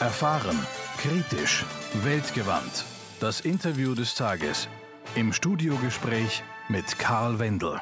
Erfahren, kritisch, weltgewandt. Das Interview des Tages. Im Studiogespräch mit Karl Wendel.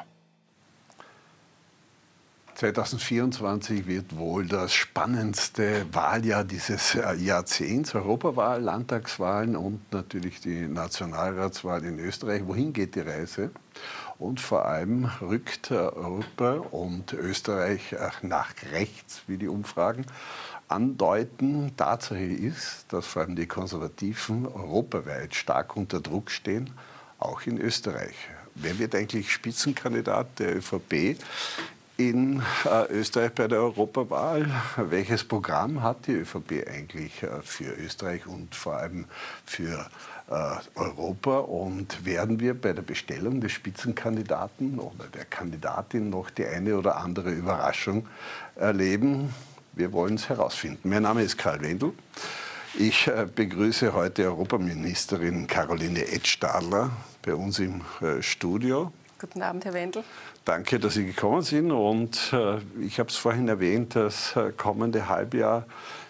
2024 wird wohl das spannendste Wahljahr dieses Jahrzehnts. Europawahl, Landtagswahlen und natürlich die Nationalratswahl in Österreich. Wohin geht die Reise? Und vor allem rückt Europa und Österreich nach rechts, wie die Umfragen andeuten. Tatsache ist, dass vor allem die Konservativen europaweit stark unter Druck stehen, auch in Österreich. Wer wird eigentlich Spitzenkandidat der ÖVP in Österreich bei der Europawahl? Welches Programm hat die ÖVP eigentlich für Österreich und vor allem für Europa? Und werden wir bei der Bestellung des Spitzenkandidaten oder der Kandidatin noch die eine oder andere Überraschung erleben? Wir wollen es herausfinden. Mein Name ist Karl Wendel. Ich begrüße heute Europaministerin Caroline Edstadler bei uns im Studio. Guten Abend, Herr Wendel. Danke, dass Sie gekommen sind. Und ich habe es vorhin erwähnt, das kommende Halbjahr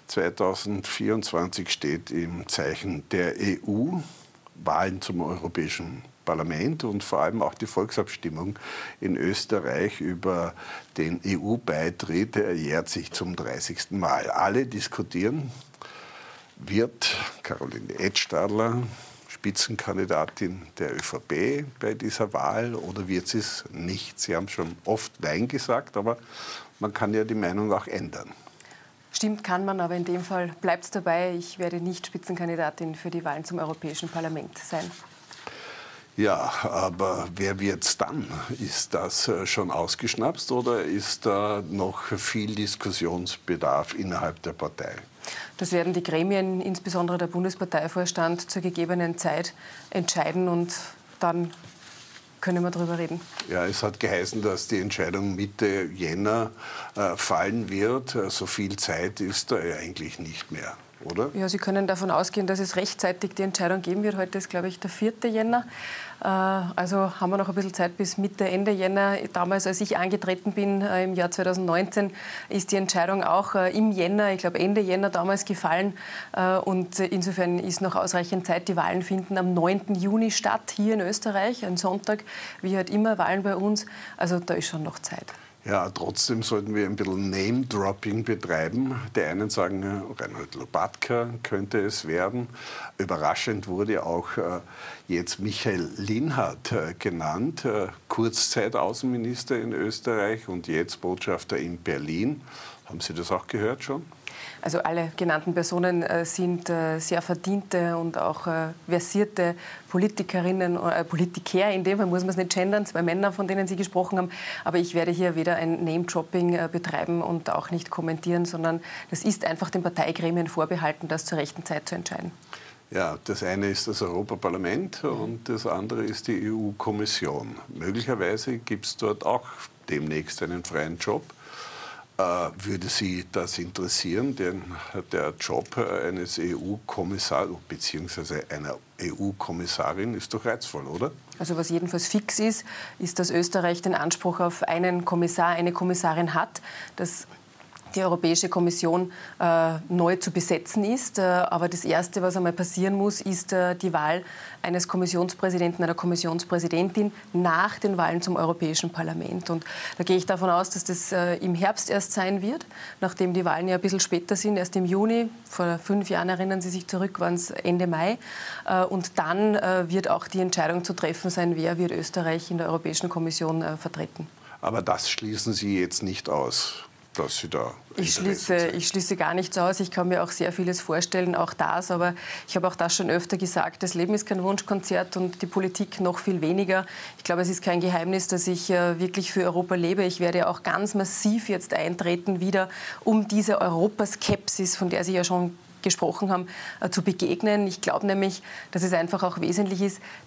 2024 steht im Zeichen der EU. Wahlen zum Europäischen Parlament und vor allem auch die Volksabstimmung in Österreich über den EU-Beitritt jährt sich zum 30. Mal. Alle diskutieren, wird Caroline Edstadler Spitzenkandidatin der ÖVP bei dieser Wahl oder wird sie es nicht? Sie haben schon oft Nein gesagt, aber man kann ja die Meinung auch ändern. Stimmt, kann man, aber in dem Fall bleibt es dabei. Ich werde nicht Spitzenkandidatin für die Wahlen zum Europäischen Parlament sein. Ja, aber wer wird's dann? Ist das schon ausgeschnapst oder ist da noch viel Diskussionsbedarf innerhalb der Partei? Das werden die Gremien, insbesondere der Bundesparteivorstand, zur gegebenen Zeit entscheiden und dann können wir darüber reden. Ja, es hat geheißen, dass die Entscheidung Mitte Jänner fallen wird. So viel Zeit ist da eigentlich nicht mehr, oder? Ja, Sie können davon ausgehen, dass es rechtzeitig die Entscheidung geben wird. Heute ist, glaube ich, der 4. Jänner. Also haben wir noch ein bisschen Zeit bis Mitte, Ende Jänner. Damals, als ich angetreten bin, im Jahr 2019, ist die Entscheidung auch im Jänner, ich glaube Ende Jänner damals gefallen. Und insofern ist noch ausreichend Zeit. Die Wahlen finden am 9. Juni statt, hier in Österreich, ein Sonntag, wie halt immer Wahlen bei uns. Also da ist schon noch Zeit. Ja, trotzdem sollten wir ein bisschen Name-Dropping betreiben. Die einen sagen, Reinhold Lopatka könnte es werden. Überraschend wurde auch jetzt Michael Linhart genannt, Kurzzeit-Außenminister in Österreich und jetzt Botschafter in Berlin. Haben Sie das auch gehört schon? Also alle genannten Personen sind sehr verdiente und auch versierte Politikerinnen, Politiker, in dem Fall muss man es nicht gendern, 2 Männer, von denen Sie gesprochen haben. Aber ich werde hier weder ein Name-Dropping betreiben und auch nicht kommentieren, sondern das ist einfach den Parteigremien vorbehalten, das zur rechten Zeit zu entscheiden. Ja, das eine ist das Europaparlament und das andere ist die EU-Kommission. Möglicherweise gibt es dort auch demnächst einen freien Job. Würde Sie das interessieren? Denn der Job eines EU-Kommissars bzw. einer EU-Kommissarin ist doch reizvoll, oder? Also was jedenfalls fix ist, ist, dass Österreich den Anspruch auf einen Kommissar, eine Kommissarin hat, dass die Europäische Kommission neu zu besetzen ist. Aber das Erste, was einmal passieren muss, ist die Wahl eines Kommissionspräsidenten, einer Kommissionspräsidentin nach den Wahlen zum Europäischen Parlament. Und da gehe ich davon aus, dass das im Herbst erst sein wird, nachdem die Wahlen ja ein bisschen später sind, erst im Juni. Vor 5 Jahren, erinnern Sie sich zurück, waren es Ende Mai. Und dann wird auch die Entscheidung zu treffen sein, wer wird Österreich in der Europäischen Kommission vertreten. Aber das schließen Sie jetzt nicht aus, dass Sie da ich schließe gar nichts aus. Ich kann mir auch sehr vieles vorstellen, auch das. Aber ich habe auch das schon öfter gesagt, das Leben ist kein Wunschkonzert und die Politik noch viel weniger. Ich glaube, es ist kein Geheimnis, dass ich wirklich für Europa lebe. Ich werde auch ganz massiv jetzt eintreten, wieder um diese Europaskepsis, von der Sie ja schon gesprochen haben, zu begegnen. Ich glaube nämlich, dass es einfach auch wesentlich ist,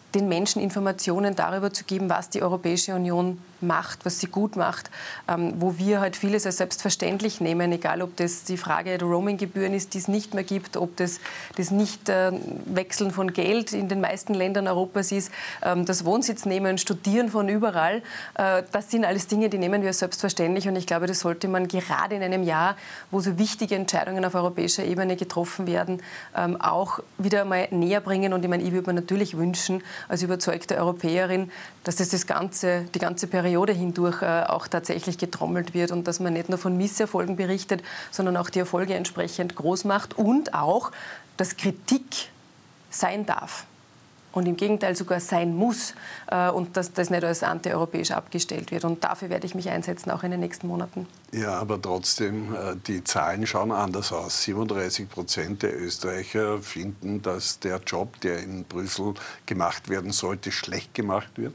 den Menschen Informationen darüber zu geben, was die Europäische Union macht, was sie gut macht, wo wir halt vieles als selbstverständlich nehmen, egal ob das die Frage der Roaminggebühren ist, die es nicht mehr gibt, ob das Nicht-Wechseln von Geld in den meisten Ländern Europas ist, das Wohnsitz nehmen, Studieren von überall. Das sind alles Dinge, die nehmen wir als selbstverständlich und ich glaube, das sollte man gerade in einem Jahr, wo so wichtige Entscheidungen auf europäischer Ebene getroffen werden, auch wieder mal näher bringen. Und ich meine, ich würde mir natürlich wünschen, als überzeugte Europäerin, dass das die ganze Periode hindurch auch tatsächlich getrommelt wird und dass man nicht nur von Misserfolgen berichtet, sondern auch die Erfolge entsprechend groß macht und auch, dass Kritik sein darf. Und im Gegenteil sogar sein muss und dass das nicht als antieuropäisch abgestellt wird. Und dafür werde ich mich einsetzen, auch in den nächsten Monaten. Ja, aber trotzdem, die Zahlen schauen anders aus. 37% der Österreicher finden, dass der Job, der in Brüssel gemacht werden sollte, schlecht gemacht wird.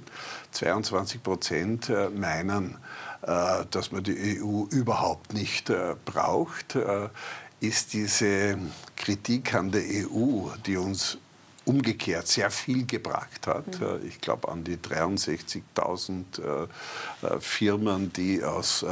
22% meinen, dass man die EU überhaupt nicht braucht. Ist diese Kritik an der EU, die uns umgekehrt sehr viel gebracht hat. Ich glaube an die 63.000 Firmen, die aus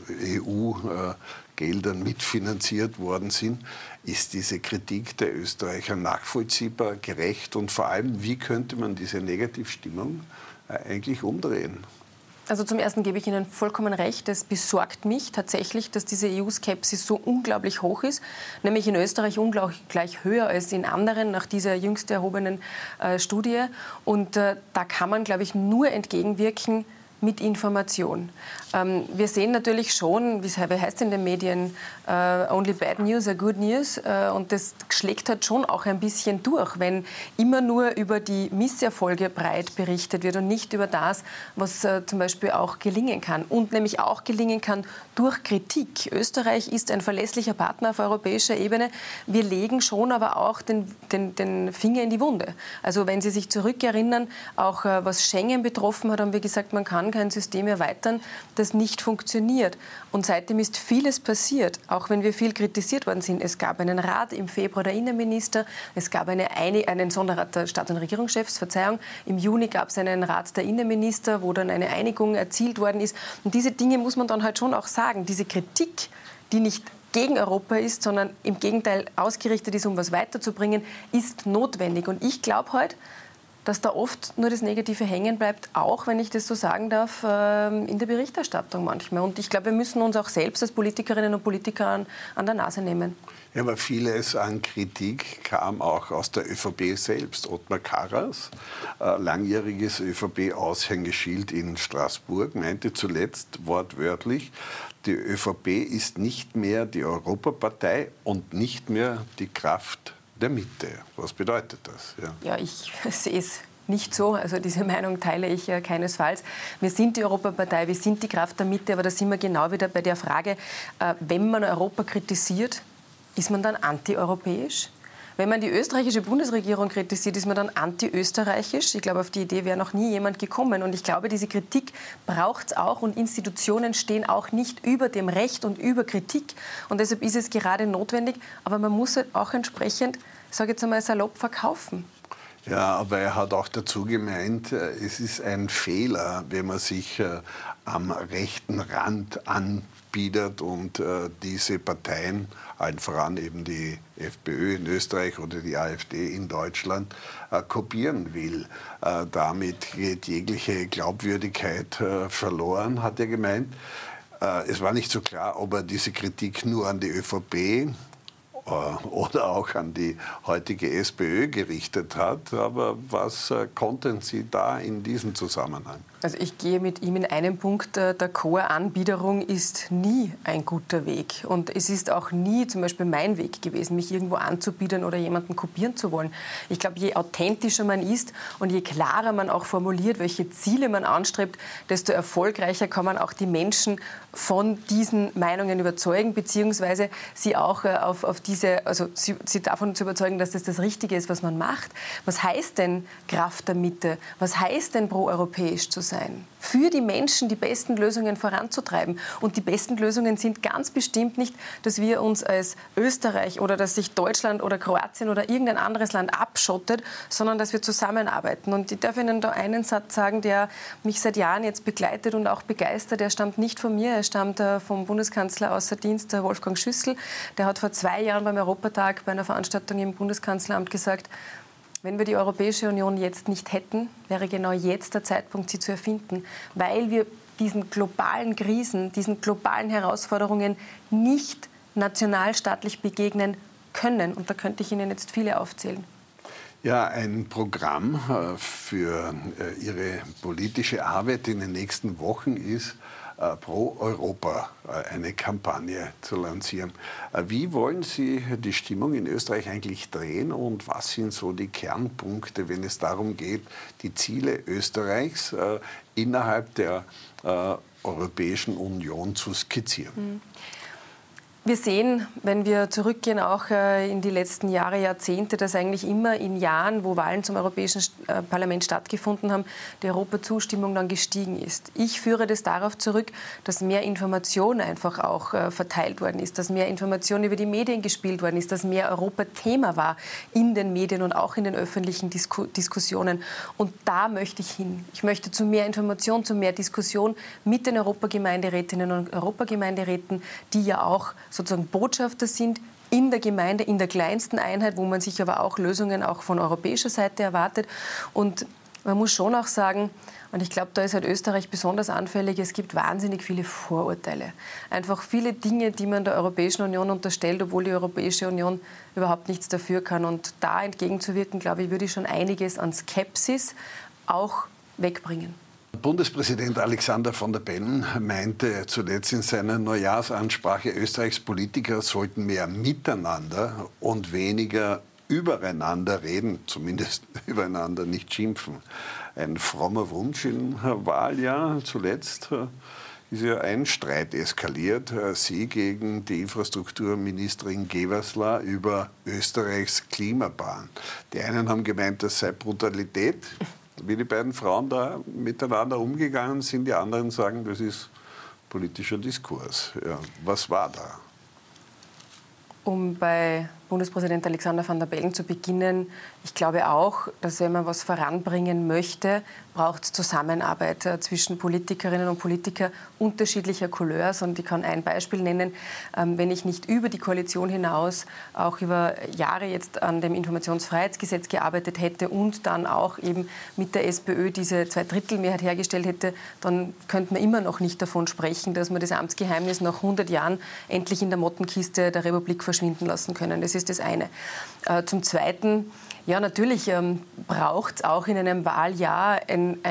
EU-Geldern mitfinanziert worden sind. Ist diese Kritik der Österreicher nachvollziehbar, gerecht und vor allem, wie könnte man diese Negativstimmung eigentlich umdrehen? Also zum Ersten gebe ich Ihnen vollkommen recht. Es besorgt mich tatsächlich, dass diese EU-Skepsis so unglaublich hoch ist, nämlich in Österreich ungleich höher als in anderen, nach dieser jüngst erhobenen Studie. Und da kann man, glaube ich, nur entgegenwirken mit Information. Wir sehen natürlich schon, wie heißt es in den Medien, only bad news are good news. Und das schlägt halt schon auch ein bisschen durch, wenn immer nur über die Misserfolge breit berichtet wird und nicht über das, was zum Beispiel auch gelingen kann. Und nämlich auch gelingen kann durch Kritik. Österreich ist ein verlässlicher Partner auf europäischer Ebene. Wir legen schon aber auch den Finger in die Wunde. Also wenn Sie sich zurückerinnern, auch was Schengen betroffen hat, haben wir gesagt, man kann kein System erweitern, das nicht funktioniert. Und seitdem ist vieles passiert, auch wenn wir viel kritisiert worden sind. Es gab einen Rat im Februar der Innenminister, es gab einen Sonderrat der Staats- und Regierungschefs, Verzeihung. Im Juni gab es einen Rat der Innenminister, wo dann eine Einigung erzielt worden ist. Und diese Dinge muss man dann halt schon auch sagen. Diese Kritik, die nicht gegen Europa ist, sondern im Gegenteil ausgerichtet ist, um was weiterzubringen, ist notwendig. Und ich glaube heute, dass da oft nur das Negative hängen bleibt, auch, wenn ich das so sagen darf, in der Berichterstattung manchmal. Und ich glaube, wir müssen uns auch selbst als Politikerinnen und Politiker an der Nase nehmen. Ja, aber vieles an Kritik kam auch aus der ÖVP selbst. Ottmar Karas, langjähriges ÖVP-Aushängeschild in Straßburg, meinte zuletzt wortwörtlich, die ÖVP ist nicht mehr die Europapartei und nicht mehr die Kraft der Mitte. Was bedeutet das? Ja, ich sehe es nicht so. Also diese Meinung teile ich keinesfalls. Wir sind die Europapartei, wir sind die Kraft der Mitte, aber da sind wir genau wieder bei der Frage, wenn man Europa kritisiert, ist man dann antieuropäisch? Wenn man die österreichische Bundesregierung kritisiert, ist man dann anti-österreichisch. Ich glaube, auf die Idee wäre noch nie jemand gekommen. Und ich glaube, diese Kritik braucht es auch. Und Institutionen stehen auch nicht über dem Recht und über Kritik. Und deshalb ist es gerade notwendig. Aber man muss halt auch entsprechend, ich sage jetzt einmal, salopp verkaufen. Ja, aber er hat auch dazu gemeint, es ist ein Fehler, wenn man sich am rechten Rand anbietet und diese Parteien, allen voran eben die FPÖ in Österreich oder die AfD in Deutschland, kopieren will. Damit geht jegliche Glaubwürdigkeit verloren, hat er gemeint. Es war nicht so klar, ob er diese Kritik nur an die ÖVP oder auch an die heutige SPÖ gerichtet hat. Aber was konnten Sie da in diesem Zusammenhang? Also ich gehe mit ihm in einem Punkt d'accord. Anbiederung ist nie ein guter Weg. Und es ist auch nie zum Beispiel mein Weg gewesen, mich irgendwo anzubiedern oder jemanden kopieren zu wollen. Ich glaube, je authentischer man ist und je klarer man auch formuliert, welche Ziele man anstrebt, desto erfolgreicher kann man auch die Menschen von diesen Meinungen überzeugen, beziehungsweise sie auch auf diese sie davon zu überzeugen, dass das Richtige ist, was man macht. Was heißt denn Kraft der Mitte? Was heißt denn proeuropäisch zu sein? Für die Menschen die besten Lösungen voranzutreiben. Und die besten Lösungen sind ganz bestimmt nicht, dass wir uns als Österreich oder dass sich Deutschland oder Kroatien oder irgendein anderes Land abschottet, sondern dass wir zusammenarbeiten. Und ich darf Ihnen da einen Satz sagen, der mich seit Jahren jetzt begleitet und auch begeistert. Er stammt nicht von mir, er stammt vom Bundeskanzler außer Dienst, Wolfgang Schüssel. Der hat vor 2 Jahren beim Europatag bei einer Veranstaltung im Bundeskanzleramt gesagt, wenn wir die Europäische Union jetzt nicht hätten, wäre genau jetzt der Zeitpunkt, sie zu erfinden, weil wir diesen globalen Krisen, diesen globalen Herausforderungen nicht nationalstaatlich begegnen können. Und da könnte ich Ihnen jetzt viele aufzählen. Ja, ein Programm für Ihre politische Arbeit in den nächsten Wochen ist, pro Europa eine Kampagne zu lancieren. Wie wollen Sie die Stimmung in Österreich eigentlich drehen und was sind so die Kernpunkte, wenn es darum geht, die Ziele Österreichs innerhalb der Europäischen Union zu skizzieren? Wir sehen, wenn wir zurückgehen, auch in die letzten Jahre, Jahrzehnte, dass eigentlich immer in Jahren, wo Wahlen zum Europäischen Parlament stattgefunden haben, die Europazustimmung dann gestiegen ist. Ich führe das darauf zurück, dass mehr Information einfach auch verteilt worden ist, dass mehr Information über die Medien gespielt worden ist, dass mehr Europa Thema war in den Medien und auch in den öffentlichen Diskussionen. Und da möchte ich hin. Ich möchte zu mehr Information, zu mehr Diskussion mit den Europagemeinderätinnen und Europagemeinderäten, die ja auch sozusagen Botschafter sind in der Gemeinde, in der kleinsten Einheit, wo man sich aber auch Lösungen auch von europäischer Seite erwartet. Und man muss schon auch sagen, und ich glaube, da ist halt Österreich besonders anfällig, es gibt wahnsinnig viele Vorurteile. Einfach viele Dinge, die man der Europäischen Union unterstellt, obwohl die Europäische Union überhaupt nichts dafür kann. Und da entgegenzuwirken, glaube ich, würde ich schon einiges an Skepsis auch wegbringen. Bundespräsident Alexander Van der Bellen meinte zuletzt in seiner Neujahrsansprache, Österreichs Politiker sollten mehr miteinander und weniger übereinander reden, zumindest übereinander nicht schimpfen. Ein frommer Wunsch im Wahljahr. Zuletzt ist ja ein Streit eskaliert. Sie gegen die Infrastrukturministerin Gewessler über Österreichs Klimaplan. Die einen haben gemeint, das sei Brutalität, wie die beiden Frauen da miteinander umgegangen sind. Die anderen sagen, das ist politischer Diskurs. Ja, was war da? Um bei Bundespräsident Alexander Van der Bellen zu beginnen, ich glaube auch, dass wenn man was voranbringen möchte, braucht es Zusammenarbeit zwischen Politikerinnen und Politikern unterschiedlicher Couleurs. Und ich kann ein Beispiel nennen, wenn ich nicht über die Koalition hinaus auch über Jahre jetzt an dem Informationsfreiheitsgesetz gearbeitet hätte und dann auch eben mit der SPÖ diese 2/3-Mehrheit hergestellt hätte, dann könnte man immer noch nicht davon sprechen, dass wir das Amtsgeheimnis nach 100 Jahren endlich in der Mottenkiste der Republik verschwinden lassen können. Das ist das eine. Zum Zweiten, ja, natürlich braucht es auch in einem Wahljahr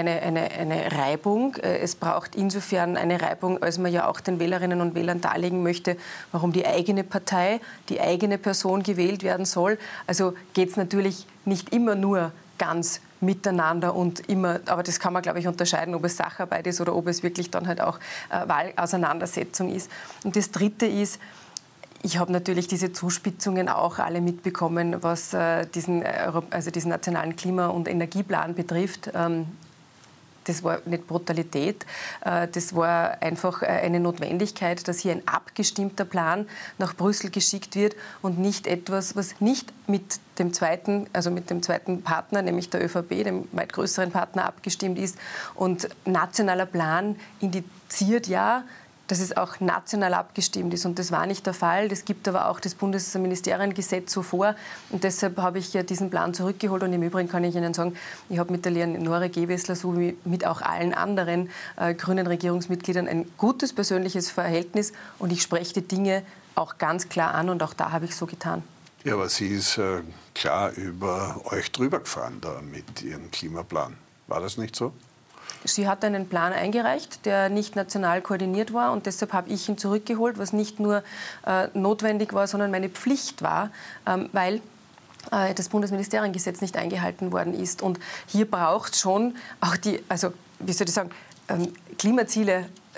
eine Reibung. Es braucht insofern eine Reibung, als man ja auch den Wählerinnen und Wählern darlegen möchte, warum die eigene Partei, die eigene Person gewählt werden soll. Also geht es natürlich nicht immer nur ganz miteinander und immer, aber das kann man, glaube ich, unterscheiden, ob es Sacharbeit ist oder ob es wirklich dann halt auch Wahlauseinandersetzung ist. Und das Dritte ist, ich habe natürlich diese Zuspitzungen auch alle mitbekommen, was diesen nationalen Klima- und Energieplan betrifft. Das war nicht Brutalität, das war einfach eine Notwendigkeit, dass hier ein abgestimmter Plan nach Brüssel geschickt wird und nicht etwas, was nicht mit dem zweiten Partner, nämlich der ÖVP, dem weit größeren Partner, abgestimmt ist. Und nationaler Plan indiziert ja, dass es auch national abgestimmt ist. Und das war nicht der Fall. Das gibt aber auch das Bundesministeriengesetz so vor. Und deshalb habe ich ja diesen Plan zurückgeholt. Und im Übrigen kann ich Ihnen sagen, ich habe mit der Leonore Gewessler sowie mit auch allen anderen grünen Regierungsmitgliedern ein gutes persönliches Verhältnis. Und ich spreche die Dinge auch ganz klar an. Und auch da habe ich so getan. Ja, aber sie ist klar über euch drüber gefahren da mit ihrem Klimaplan. War das nicht so? Sie hat einen Plan eingereicht, der nicht national koordiniert war. Und deshalb habe ich ihn zurückgeholt, was nicht nur notwendig war, sondern meine Pflicht war, weil das Bundesministeriengesetz nicht eingehalten worden ist. Und hier braucht es schon auch Klimaziele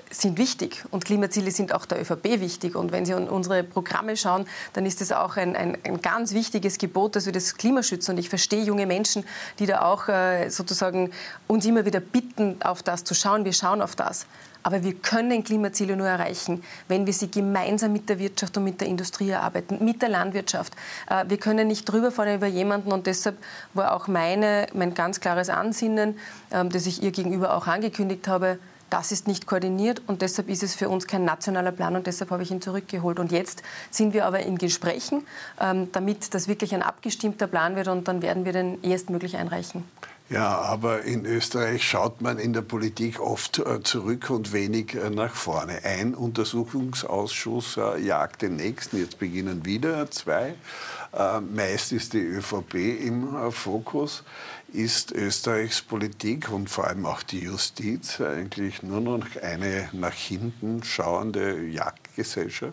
sind wichtig und Klimaziele sind auch der ÖVP wichtig. Und wenn Sie an unsere Programme schauen, dann ist es auch ein ganz wichtiges Gebot, dass wir das Klima schützen. Und ich verstehe junge Menschen, die da auch sozusagen uns immer wieder bitten, auf das zu schauen. Wir schauen auf das. Aber wir können Klimaziele nur erreichen, wenn wir sie gemeinsam mit der Wirtschaft und mit der Industrie erarbeiten, mit der Landwirtschaft. Wir können nicht drüber fahren über jemanden und deshalb war auch mein ganz klares Ansinnen, das ich ihr gegenüber auch angekündigt habe, das ist nicht koordiniert und deshalb ist es für uns kein nationaler Plan und deshalb habe ich ihn zurückgeholt. Und jetzt sind wir aber in Gesprächen, damit das wirklich ein abgestimmter Plan wird und dann werden wir den erstmöglich einreichen. Ja, aber in Österreich schaut man in der Politik oft zurück und wenig nach vorne. Ein Untersuchungsausschuss jagt den nächsten, jetzt beginnen wieder 2. Meist ist die ÖVP im Fokus. Ist Österreichs Politik und vor allem auch die Justiz eigentlich nur noch eine nach hinten schauende Jagdgesellschaft?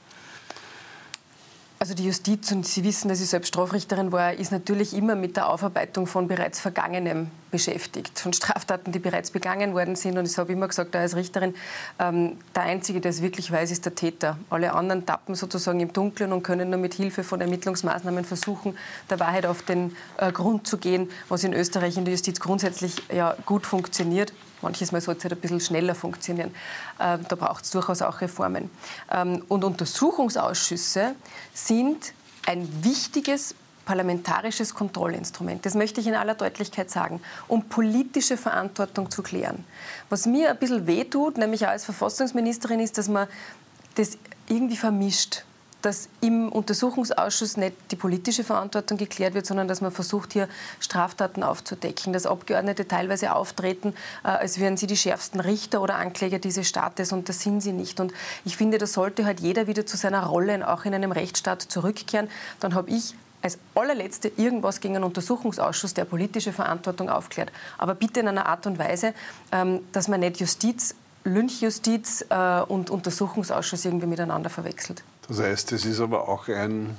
Also die Justiz, und Sie wissen, dass ich selbst Strafrichterin war, ist natürlich immer mit der Aufarbeitung von bereits Vergangenem beschäftigt, von Straftaten, die bereits begangen worden sind. Und ich habe immer gesagt, als Richterin, der Einzige, der es wirklich weiß, ist der Täter. Alle anderen tappen sozusagen im Dunkeln und können nur mit Hilfe von Ermittlungsmaßnahmen versuchen, der Wahrheit auf den Grund zu gehen, was in Österreich in der Justiz grundsätzlich ja gut funktioniert. Manches Mal sollte es halt ein bisschen schneller funktionieren. Da braucht es durchaus auch Reformen. Und Untersuchungsausschüsse sind ein wichtiges parlamentarisches Kontrollinstrument. Das möchte ich in aller Deutlichkeit sagen, um politische Verantwortung zu klären. Was mir ein bisschen wehtut, nämlich auch als Verfassungsministerin, ist, dass man das irgendwie vermischt. Dass im Untersuchungsausschuss nicht die politische Verantwortung geklärt wird, sondern dass man versucht, hier Straftaten aufzudecken, dass Abgeordnete teilweise auftreten, als wären sie die schärfsten Richter oder Ankläger dieses Staates, und das sind sie nicht. Und ich finde, da sollte halt jeder wieder zu seiner Rolle auch in einem Rechtsstaat zurückkehren. Dann habe ich als allerletzte irgendwas gegen einen Untersuchungsausschuss, der politische Verantwortung aufklärt. Aber bitte in einer Art und Weise, dass man nicht Lynchjustiz und Untersuchungsausschuss irgendwie miteinander verwechselt. Das heißt, es ist aber auch eine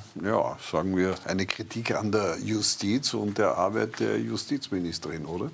Kritik an der Justiz und der Arbeit der Justizministerin, oder?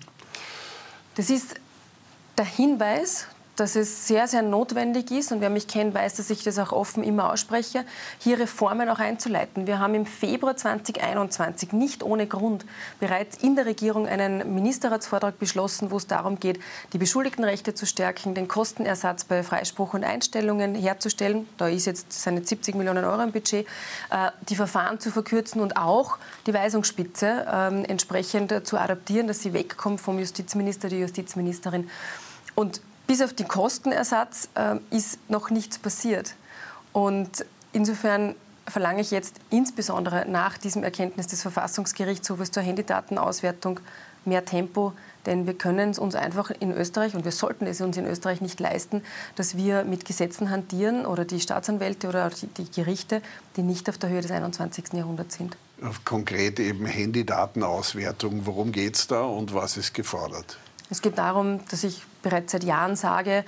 Das ist der Hinweis, dass es sehr, sehr notwendig ist, und wer mich kennt, weiß, dass ich das auch offen immer ausspreche, hier Reformen auch einzuleiten. Wir haben im Februar 2021 nicht ohne Grund bereits in der Regierung einen Ministerratsvortrag beschlossen, wo es darum geht, die Beschuldigtenrechte zu stärken, den Kostenersatz bei Freispruch und Einstellungen herzustellen. Da ist jetzt, sind jetzt 70 Millionen Euro im Budget, die Verfahren zu verkürzen und auch die Weisungsspitze entsprechend zu adaptieren, dass sie wegkommt vom Justizminister, der Justizministerin. Und bis auf den Kostenersatz ist noch nichts passiert. Und insofern verlange ich jetzt insbesondere nach diesem Erkenntnis des Verfassungsgerichtshofes zur Handydatenauswertung mehr Tempo, denn wir können es uns einfach in Österreich, und wir sollten es uns in Österreich nicht leisten, dass wir mit Gesetzen hantieren oder die Staatsanwälte oder die Gerichte, die nicht auf der Höhe des 21. Jahrhunderts sind. Konkret eben Handydatenauswertung. Worum geht es da und was ist gefordert? Es geht darum, dass ich bereits seit Jahren sage,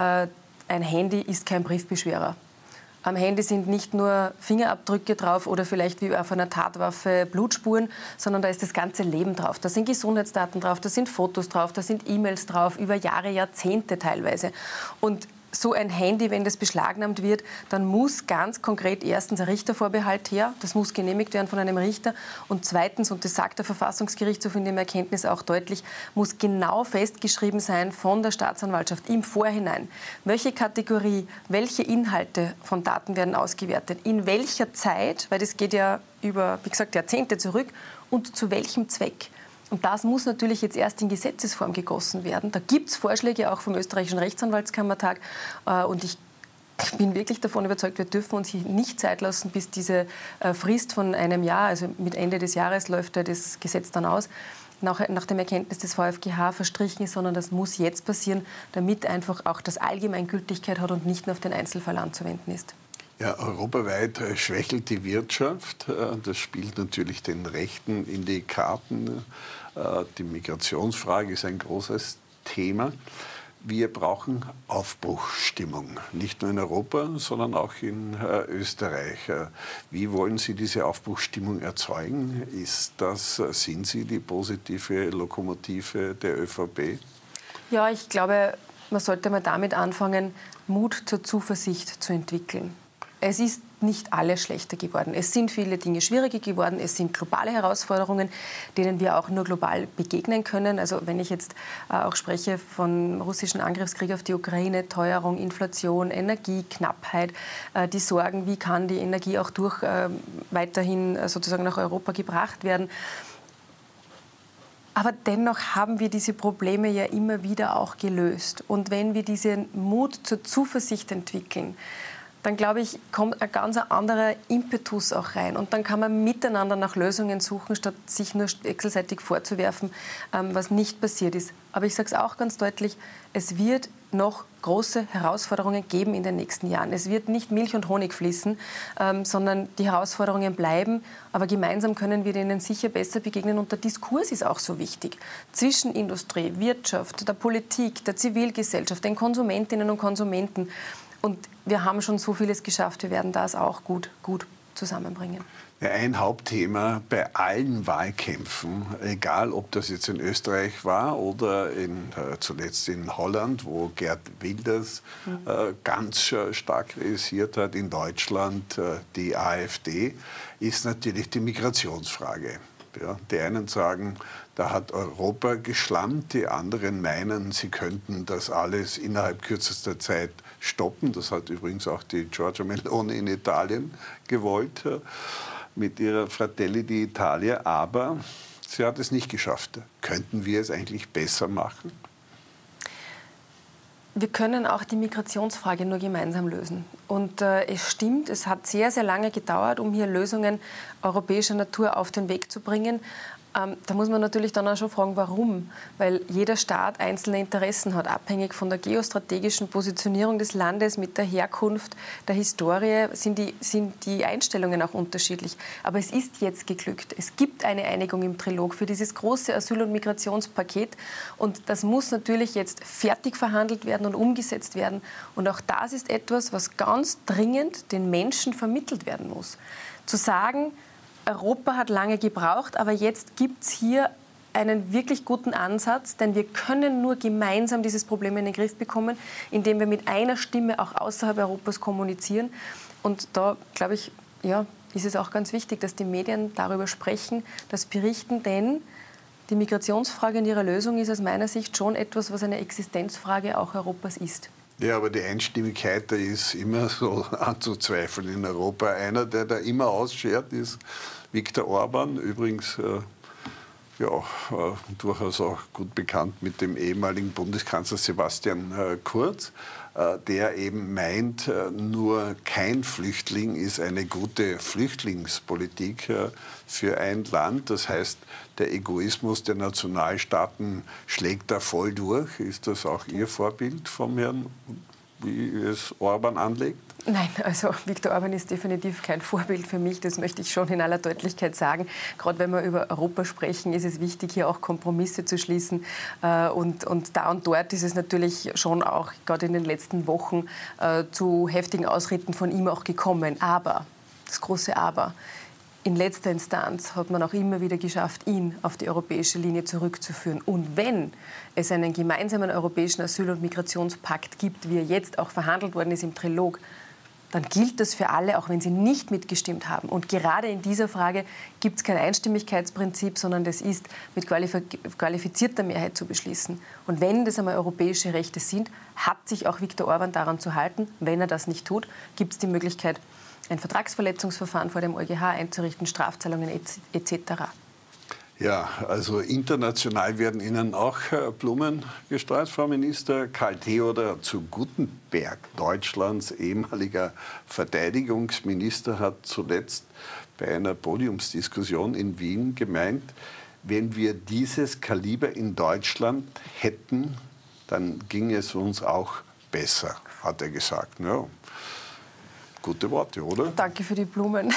ein Handy ist kein Briefbeschwerer. Am Handy sind nicht nur Fingerabdrücke drauf oder vielleicht wie auf einer Tatwaffe Blutspuren, sondern da ist das ganze Leben drauf. Da sind Gesundheitsdaten drauf, da sind Fotos drauf, da sind E-Mails drauf, über Jahre, Jahrzehnte teilweise. Und so ein Handy, wenn das beschlagnahmt wird, dann muss ganz konkret erstens ein Richtervorbehalt her, das muss genehmigt werden von einem Richter, und zweitens, und das sagt der Verfassungsgerichtshof in dem Erkenntnis auch deutlich, muss genau festgeschrieben sein von der Staatsanwaltschaft im Vorhinein, welche Kategorie, welche Inhalte von Daten werden ausgewertet, in welcher Zeit, weil das geht ja über, wie gesagt, Jahrzehnte zurück, und zu welchem Zweck. Und das muss natürlich jetzt erst in Gesetzesform gegossen werden. Da gibt es Vorschläge auch vom österreichischen Rechtsanwaltskammertag. Und ich bin wirklich davon überzeugt, wir dürfen uns hier nicht Zeit lassen, bis diese Frist von einem Jahr, also mit Ende des Jahres läuft ja das Gesetz dann aus, nach dem Erkenntnis des VfGH verstrichen ist, sondern das muss jetzt passieren, damit einfach auch das Allgemeingültigkeit hat und nicht nur auf den Einzelfall anzuwenden ist. Ja, europaweit schwächelt die Wirtschaft. Das spielt natürlich den Rechten in die Karten. Die Migrationsfrage ist ein großes Thema. Wir brauchen Aufbruchsstimmung, nicht nur in Europa, sondern auch in Österreich. Wie wollen Sie diese Aufbruchsstimmung erzeugen? Sind Sie die positive Lokomotive der ÖVP? Ja, ich glaube, man sollte mal damit anfangen, Mut zur Zuversicht zu entwickeln. Es ist nicht alles schlechter geworden. Es sind viele Dinge schwieriger geworden. Es sind globale Herausforderungen, denen wir auch nur global begegnen können. Also wenn ich jetzt auch spreche von russischen Angriffskrieg auf die Ukraine, Teuerung, Inflation, Energieknappheit, die Sorgen, wie kann die Energie auch weiterhin sozusagen nach Europa gebracht werden. Aber dennoch haben wir diese Probleme ja immer wieder auch gelöst. Und wenn wir diesen Mut zur Zuversicht entwickeln, dann glaube ich, kommt ein ganz anderer Impetus auch rein. Und dann kann man miteinander nach Lösungen suchen, statt sich nur wechselseitig vorzuwerfen, was nicht passiert ist. Aber ich sage es auch ganz deutlich, es wird noch große Herausforderungen geben in den nächsten Jahren. Es wird nicht Milch und Honig fließen, sondern die Herausforderungen bleiben. Aber gemeinsam können wir denen sicher besser begegnen. Und der Diskurs ist auch so wichtig. Zwischen Industrie, Wirtschaft, der Politik, der Zivilgesellschaft, den Konsumentinnen und Konsumenten. Und wir haben schon so vieles geschafft, wir werden das auch gut zusammenbringen. Ja, ein Hauptthema bei allen Wahlkämpfen, egal ob das jetzt in Österreich war oder zuletzt in Holland, wo Geert Wilders ganz stark realisiert hat, in Deutschland die AfD, ist natürlich die Migrationsfrage. Ja, die einen sagen, da hat Europa geschlammt, die anderen meinen, sie könnten das alles innerhalb kürzester Zeit stoppen. Das hat übrigens auch die Giorgia Meloni in Italien gewollt mit ihrer Fratelli d'Italia, aber sie hat es nicht geschafft. Könnten wir es eigentlich besser machen? Wir können auch die Migrationsfrage nur gemeinsam lösen. Und es stimmt, es hat sehr, sehr lange gedauert, um hier Lösungen europäischer Natur auf den Weg zu bringen. Da muss man natürlich dann auch schon fragen, warum. Weil jeder Staat einzelne Interessen hat, abhängig von der geostrategischen Positionierung des Landes, mit der Herkunft, der Historie, sind die Einstellungen auch unterschiedlich. Aber es ist jetzt geglückt. Es gibt eine Einigung im Trilog für dieses große Asyl- und Migrationspaket. Und das muss natürlich jetzt fertig verhandelt werden und umgesetzt werden. Und auch das ist etwas, was ganz dringend den Menschen vermittelt werden muss. Zu sagen, Europa hat lange gebraucht, aber jetzt gibt es hier einen wirklich guten Ansatz, denn wir können nur gemeinsam dieses Problem in den Griff bekommen, indem wir mit einer Stimme auch außerhalb Europas kommunizieren. Und da, glaube ich, ja, ist es auch ganz wichtig, dass die Medien darüber sprechen, das berichten, denn die Migrationsfrage in ihrer Lösung ist aus meiner Sicht schon etwas, was eine Existenzfrage auch Europas ist. Ja, aber die Einstimmigkeit, da ist immer so anzuzweifeln in Europa. Einer, der da immer ausschert, ist Viktor Orban, übrigens durchaus auch gut bekannt mit dem ehemaligen Bundeskanzler Sebastian Kurz, der eben meint, nur kein Flüchtling ist eine gute Flüchtlingspolitik für ein Land. Das heißt, der Egoismus der Nationalstaaten schlägt da voll durch. Ist das auch Ihr Vorbild vom Herrn, wie es Orban anlegt? Nein, also Viktor Orban ist definitiv kein Vorbild für mich, das möchte ich schon in aller Deutlichkeit sagen. Gerade wenn wir über Europa sprechen, ist es wichtig, hier auch Kompromisse zu schließen. Und da und dort ist es natürlich schon auch gerade in den letzten Wochen zu heftigen Ausritten von ihm auch gekommen. Aber, das große Aber, in letzter Instanz hat man auch immer wieder geschafft, ihn auf die europäische Linie zurückzuführen. Und wenn es einen gemeinsamen europäischen Asyl- und Migrationspakt gibt, wie er jetzt auch verhandelt worden ist im Trilog, dann gilt das für alle, auch wenn sie nicht mitgestimmt haben. Und gerade in dieser Frage gibt es kein Einstimmigkeitsprinzip, sondern das ist mit qualifizierter Mehrheit zu beschließen. Und wenn das einmal europäische Rechte sind, hat sich auch Viktor Orban daran zu halten. Wenn er das nicht tut, gibt es die Möglichkeit, ein Vertragsverletzungsverfahren vor dem EuGH einzurichten, Strafzahlungen etc. Ja, also international werden Ihnen auch Blumen gestreut, Frau Minister. Karl Theodor zu Guttenberg, Deutschlands ehemaliger Verteidigungsminister, hat zuletzt bei einer Podiumsdiskussion in Wien gemeint, wenn wir dieses Kaliber in Deutschland hätten, dann ging es uns auch besser, hat er gesagt. Ja. Gute Worte, oder? Danke für die Blumen.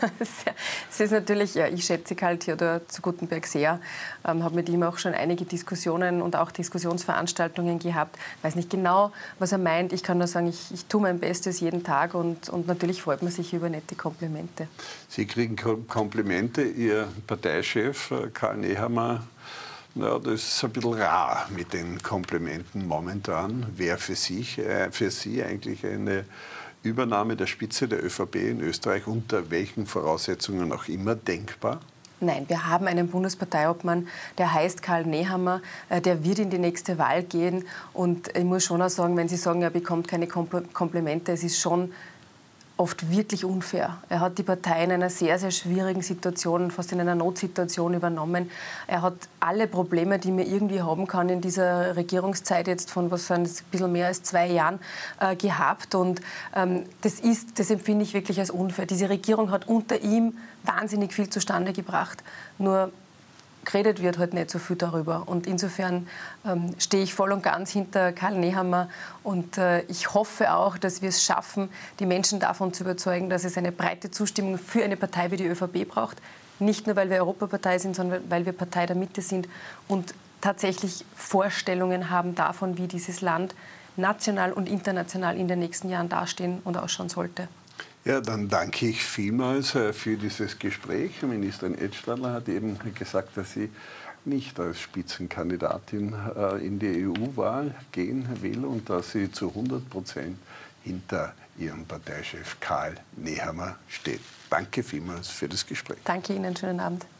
Es ist natürlich, ja, ich schätze Karl Theodor zu Guttenberg sehr, habe mit ihm auch schon einige Diskussionen und auch Diskussionsveranstaltungen gehabt. Ich weiß nicht genau, was er meint. Ich kann nur sagen, ich tue mein Bestes jeden Tag und natürlich freut man sich über nette Komplimente. Sie kriegen Komplimente. Ihr Parteichef Karl Nehammer Ja, das ist ein bisschen rar mit den Komplimenten momentan. Wäre für Sie eigentlich eine Übernahme der Spitze der ÖVP in Österreich unter welchen Voraussetzungen auch immer denkbar? Nein, wir haben einen Bundesparteiobmann, der heißt Karl Nehammer, der wird in die nächste Wahl gehen. Und ich muss schon auch sagen, wenn Sie sagen, er bekommt keine Komplimente, es ist schon oft wirklich unfair. Er hat die Partei in einer sehr, sehr schwierigen Situation, fast in einer Notsituation übernommen. Er hat alle Probleme, die man irgendwie haben kann in dieser Regierungszeit jetzt von was sind es, ein bisschen mehr als 2 Jahren gehabt. Und das empfinde ich wirklich als unfair. Diese Regierung hat unter ihm wahnsinnig viel zustande gebracht. Nur geredet wird halt nicht so viel darüber. Und insofern stehe ich voll und ganz hinter Karl Nehammer. Und ich hoffe auch, dass wir es schaffen, die Menschen davon zu überzeugen, dass es eine breite Zustimmung für eine Partei wie die ÖVP braucht. Nicht nur, weil wir Europapartei sind, sondern weil wir Partei der Mitte sind und tatsächlich Vorstellungen haben davon, wie dieses Land national und international in den nächsten Jahren dastehen und ausschauen sollte. Ja, dann danke ich vielmals für dieses Gespräch. Ministerin Edstadler hat eben gesagt, dass sie nicht als Spitzenkandidatin in die EU-Wahl gehen will und dass sie zu 100% hinter ihrem Parteichef Karl Nehammer steht. Danke vielmals für das Gespräch. Danke Ihnen, schönen Abend.